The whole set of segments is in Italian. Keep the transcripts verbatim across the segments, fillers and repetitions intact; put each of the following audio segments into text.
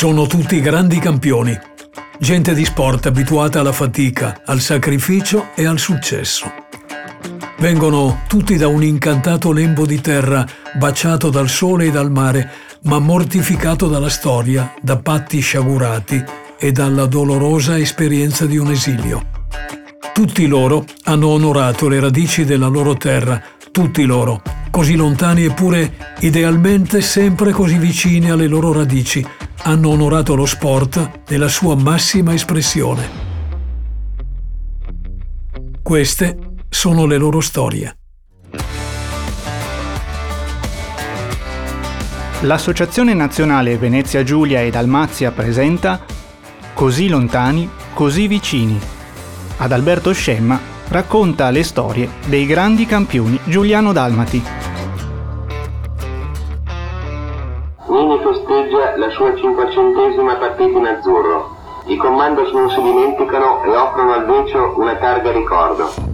Sono tutti grandi campioni, gente di sport abituata alla fatica, al sacrificio e al successo. Vengono tutti da un incantato lembo di terra, baciato dal sole e dal mare, ma mortificato dalla storia, da patti sciagurati e dalla dolorosa esperienza di un esilio. Tutti loro hanno onorato le radici della loro terra, tutti loro, così lontani eppure idealmente sempre così vicini alle loro radici, hanno onorato lo sport nella sua massima espressione. Queste sono le loro storie. L'Associazione Nazionale Venezia Giulia e Dalmazia presenta Così lontani, così vicini. Ad Alberto Scemma racconta le storie dei grandi campioni giuliano-dalmati. Nini festeggia la sua cinquecentesima partita in azzurro. I commandos non si dimenticano e offrono al Vecio una targa ricordo.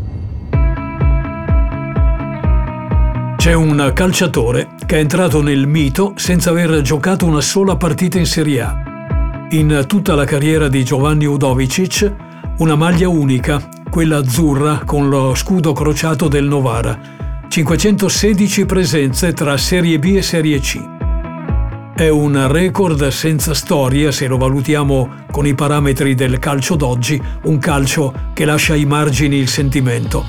C'è un calciatore che è entrato nel mito senza aver giocato una sola partita in Serie A. In tutta la carriera di Giovanni Udovicic, una maglia unica, quella azzurra con lo scudo crociato del Novara. cinquecentosedici presenze tra Serie B e Serie C. È un record senza storia se lo valutiamo con i parametri del calcio d'oggi, un calcio che lascia ai margini il sentimento.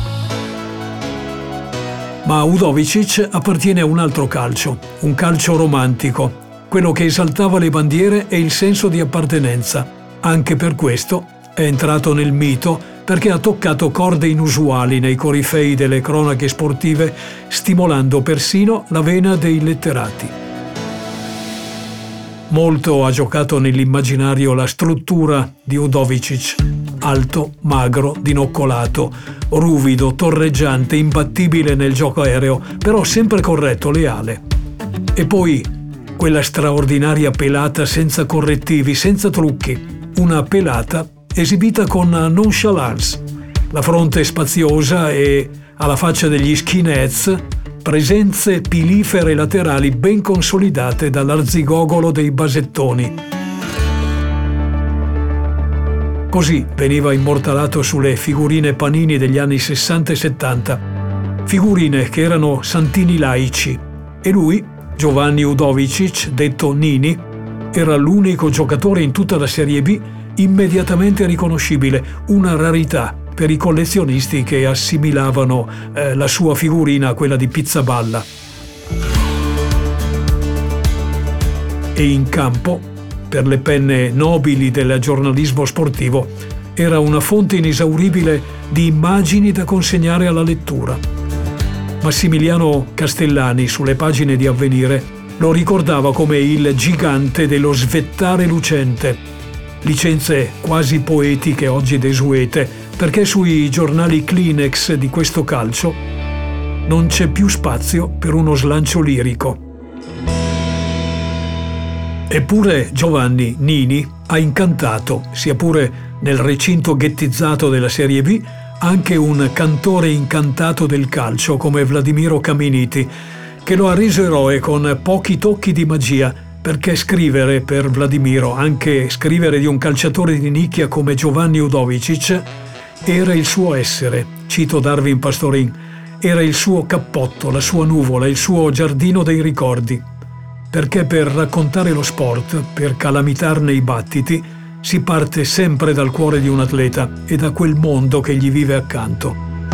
Ma Udovicic appartiene a un altro calcio, un calcio romantico, quello che esaltava le bandiere e il senso di appartenenza. Anche per questo è entrato nel mito, perché ha toccato corde inusuali nei corifei delle cronache sportive, stimolando persino la vena dei letterati. Molto ha giocato nell'immaginario la struttura di Udovicic, alto, magro, dinoccolato, ruvido, torreggiante, imbattibile nel gioco aereo, però sempre corretto, leale. E poi quella straordinaria pelata senza correttivi, senza trucchi, una pelata esibita con nonchalance, la fronte spaziosa e, alla faccia degli skinheads, presenze pilifere laterali ben consolidate dall'arzigogolo dei basettoni. Così veniva immortalato sulle figurine Panini degli anni sessanta e settanta, figurine che erano santini laici, e lui, Giovanni Udovicic, detto Nini, era l'unico giocatore in tutta la Serie B immediatamente riconoscibile, una rarità per i collezionisti che assimilavano eh, la sua figurina a quella di Pizzaballa. E in campo, per le penne nobili del giornalismo sportivo, era una fonte inesauribile di immagini da consegnare alla lettura. Massimiliano Castellani, sulle pagine di Avvenire, lo ricordava come il gigante dello svettare lucente. Licenze quasi poetiche oggi desuete, perché sui giornali Kleenex di questo calcio non c'è più spazio per uno slancio lirico. Eppure Giovanni Nini ha incantato, sia pure nel recinto ghettizzato della Serie B, anche un cantore incantato del calcio come Vladimiro Caminiti, che lo ha reso eroe con pochi tocchi di magia, perché scrivere per Vladimiro, anche scrivere di un calciatore di nicchia come Giovanni Udovicic, era il suo essere, cito Darwin Pastorin, era il suo cappotto, la sua nuvola, il suo giardino dei ricordi. Perché per raccontare lo sport, per calamitarne i battiti, si parte sempre dal cuore di un atleta e da quel mondo che gli vive accanto.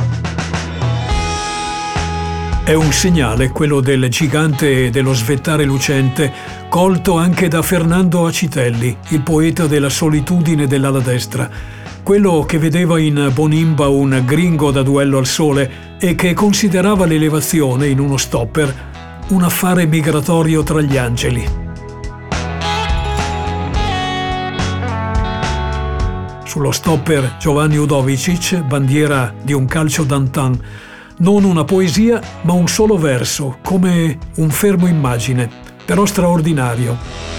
È un segnale quello del gigante e dello svettare lucente, colto anche da Fernando Acitelli, il poeta della solitudine dell'ala destra, quello che vedeva in Bonimba un gringo da duello al sole e che considerava l'elevazione in uno stopper un affare migratorio tra gli angeli. Sullo stopper Giovanni Udovicic, bandiera di un calcio d'antan, non una poesia ma un solo verso, come un fermo immagine, però straordinario.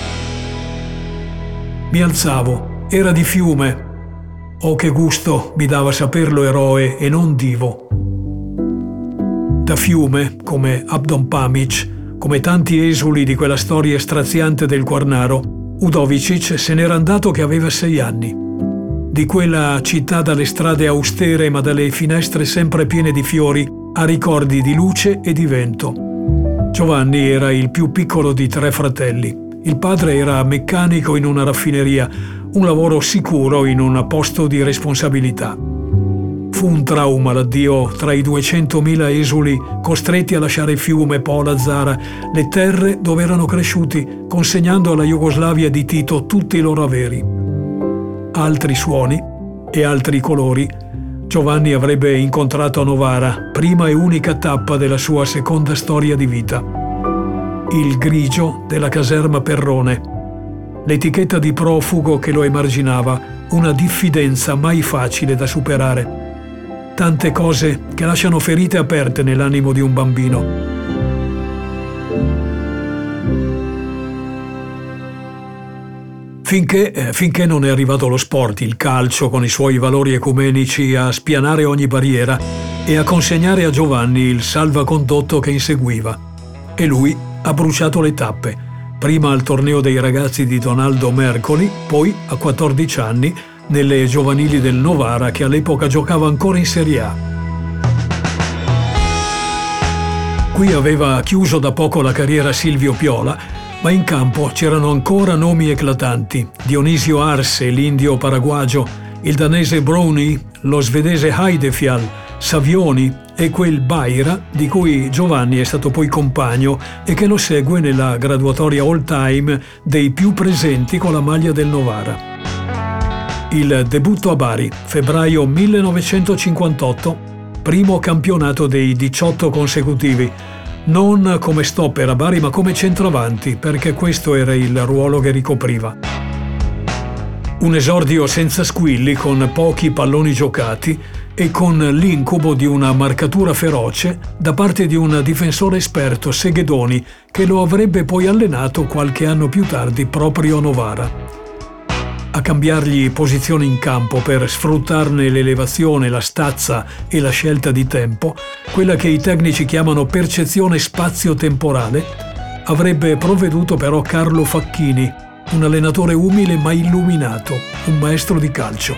Mi alzavo, era di fiume. Oh, che gusto mi dava saperlo eroe e non divo. Da fiume, come Abdon Pamic, come tanti esuli di quella storia straziante del Quarnaro, Udovicic se n'era andato che aveva sei anni. Di quella città dalle strade austere ma dalle finestre sempre piene di fiori a ricordi di luce e di vento. Giovanni era il più piccolo di tre fratelli. Il padre era meccanico in una raffineria, un lavoro sicuro in un posto di responsabilità. Fu un trauma l'addio tra i duecentomila esuli costretti a lasciare Fiume, Pola, Zara, le terre dove erano cresciuti, consegnando alla Jugoslavia di Tito tutti i loro averi. Altri suoni e altri colori Giovanni avrebbe incontrato a Novara, prima e unica tappa della sua seconda storia di vita. Il grigio della caserma Perrone, l'etichetta di profugo che lo emarginava, una diffidenza mai facile da superare. Tante cose che lasciano ferite aperte nell'animo di un bambino. Finché, eh, finché non è arrivato lo sport, il calcio, con i suoi valori ecumenici, a spianare ogni barriera e a consegnare a Giovanni il salvacondotto che inseguiva. E lui ha bruciato le tappe, prima al torneo dei ragazzi di Donaldo Mercoli, poi a quattordici anni nelle giovanili del Novara, che all'epoca giocava ancora in Serie A. Qui aveva chiuso da poco la carriera Silvio Piola, ma in campo c'erano ancora nomi eclatanti: Dionisio Arse, l'indio paraguagio, il danese Brownie, lo svedese Heidefjall, Savioni e quel Baira di cui Giovanni è stato poi compagno e che lo segue nella graduatoria all-time dei più presenti con la maglia del Novara. Il debutto a Bari, febbraio millenovecentocinquantotto, primo campionato dei diciotto consecutivi, non come stopper a Bari ma come centravanti, perché questo era il ruolo che ricopriva. Un esordio senza squilli, con pochi palloni giocati e con l'incubo di una marcatura feroce da parte di un difensore esperto, Seghedoni, che lo avrebbe poi allenato qualche anno più tardi proprio a Novara. A cambiargli posizione in campo per sfruttarne l'elevazione, la stazza e la scelta di tempo, quella che i tecnici chiamano percezione spazio-temporale, avrebbe provveduto però Carlo Facchini, un allenatore umile ma illuminato, un maestro di calcio.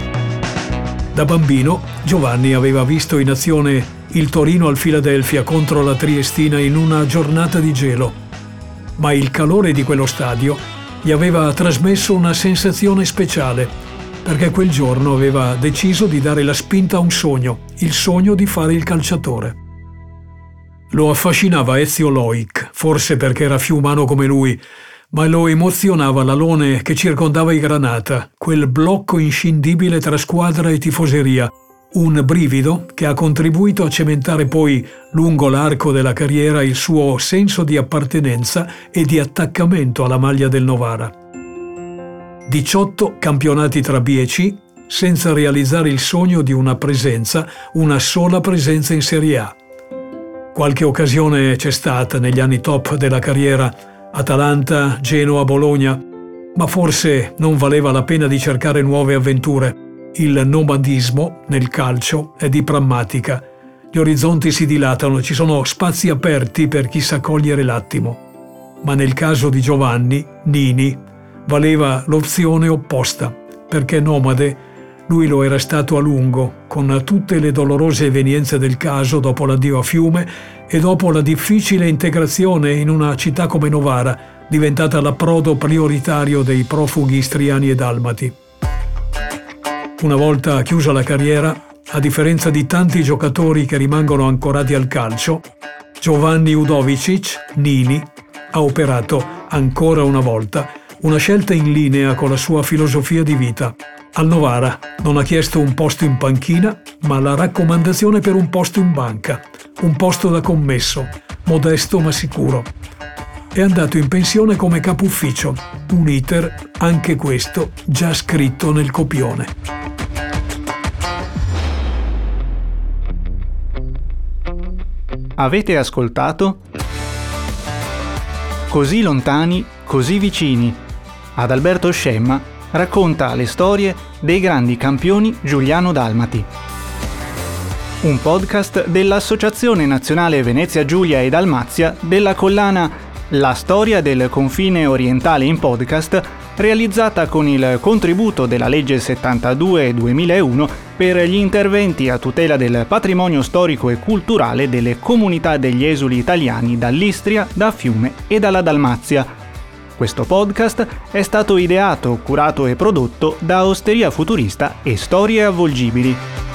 Da bambino Giovanni aveva visto in azione il Torino al Philadelphia contro la Triestina in una giornata di gelo, ma il calore di quello stadio gli aveva trasmesso una sensazione speciale, perché quel giorno aveva deciso di dare la spinta a un sogno, il sogno di fare il calciatore. Lo affascinava Ezio Loic, forse perché era fiumano come lui, ma lo emozionava l'alone che circondava i Granata, quel blocco inscindibile tra squadra e tifoseria, un brivido che ha contribuito a cementare poi lungo l'arco della carriera il suo senso di appartenenza e di attaccamento alla maglia del Novara. diciotto campionati tra B e C senza realizzare il sogno di una presenza, una sola presenza in Serie A. Qualche occasione c'è stata negli anni top della carriera, Atalanta, Genoa, Bologna, ma forse non valeva la pena di cercare nuove avventure. Il nomadismo nel calcio è di prammatica. Gli orizzonti si dilatano, ci sono spazi aperti per chi sa cogliere l'attimo. Ma nel caso di Giovanni, Nini, valeva l'opzione opposta, perché nomade lui lo era stato a lungo, con tutte le dolorose evenienze del caso dopo l'addio a Fiume e dopo la difficile integrazione in una città come Novara, diventata l'approdo prioritario dei profughi istriani e dalmati. Una volta chiusa la carriera, a differenza di tanti giocatori che rimangono ancorati al calcio, Giovanni Udovicic, Nini, ha operato ancora una volta una scelta in linea con la sua filosofia di vita. Al Novara non ha chiesto un posto in panchina, ma la raccomandazione per un posto in banca, un posto da commesso, modesto ma sicuro. È andato in pensione come capo ufficio, un iter, anche questo, già scritto nel copione. Avete ascoltato? Così lontani, così vicini. Adalberto Scemma racconta le storie dei grandi campioni giuliano-dalmati. Un podcast dell'Associazione Nazionale Venezia Giulia e Dalmazia della collana La storia del confine orientale in podcast, realizzata con il contributo della legge settantadue duemilauno per gli interventi a tutela del patrimonio storico e culturale delle comunità degli esuli italiani dall'Istria, da Fiume e dalla Dalmazia. Questo podcast è stato ideato, curato e prodotto da Osteria Futurista e Storie Avvolgibili.